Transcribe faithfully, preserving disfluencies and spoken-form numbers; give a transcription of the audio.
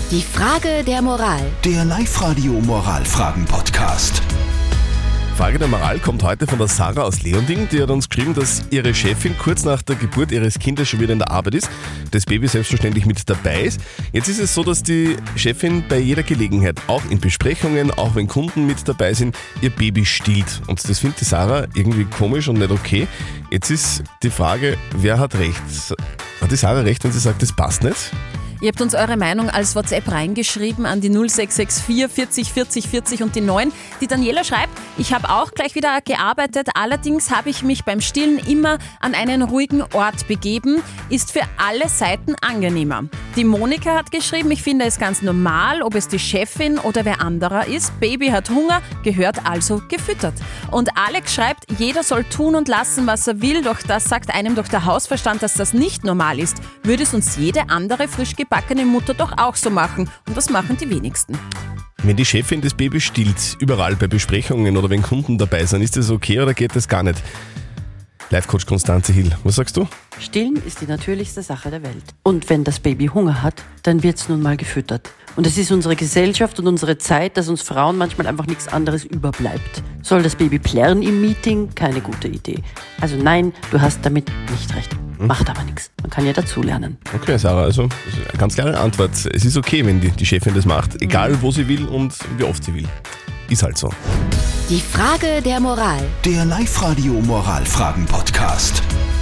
Die Frage der Moral. Der Live-Radio-Moralfragen-Podcast. Frage der Moral kommt heute von der Sarah aus Leonding. Die hat uns geschrieben, dass ihre Chefin kurz nach der Geburt ihres Kindes schon wieder in der Arbeit ist, das Baby selbstverständlich mit dabei ist. Jetzt ist es so, dass die Chefin bei jeder Gelegenheit, auch in Besprechungen, auch wenn Kunden mit dabei sind, ihr Baby stillt. Und das findet die Sarah irgendwie komisch und nicht okay. Jetzt ist die Frage, wer hat recht? Hat die Sarah recht, wenn sie sagt, das passt nicht? Ihr habt uns eure Meinung als WhatsApp reingeschrieben an die null sechs sechs vier vierzig vierzig vierzig und die neun. Die Daniela schreibt, ich habe auch gleich wieder gearbeitet, allerdings habe ich mich beim Stillen immer an einen ruhigen Ort begeben, ist für alle Seiten angenehmer. Die Monika hat geschrieben, ich finde es ganz normal, ob es die Chefin oder wer anderer ist. Baby hat Hunger, gehört also gefüttert. Und Alex schreibt, jeder soll tun und lassen, was er will, doch das sagt einem doch der Hausverstand, dass das nicht normal ist. Würde es uns jede andere frisch gebackene Mutter doch auch so machen. Und das machen die wenigsten. Wenn die Chefin das Baby stillt, überall bei Besprechungen oder wenn Kunden dabei sind, ist das okay oder geht das gar nicht? Life-Coach Konstanze Hill, was sagst du? Stillen ist die natürlichste Sache der Welt. Und wenn das Baby Hunger hat, dann wird es nun mal gefüttert. Und es ist unsere Gesellschaft und unsere Zeit, dass uns Frauen manchmal einfach nichts anderes überbleibt. Soll das Baby plärren im Meeting? Keine gute Idee. Also nein, du hast damit nicht recht. Hm? Macht aber nichts. Man kann ja dazulernen. Okay, Sarah, also eine ganz klare Antwort. Es ist okay, wenn die, die Chefin das macht, egal mhm. wo sie will und wie oft sie will. Ist halt so. Die Frage der Moral. Der Live-Radio-Moralfragen-Podcast.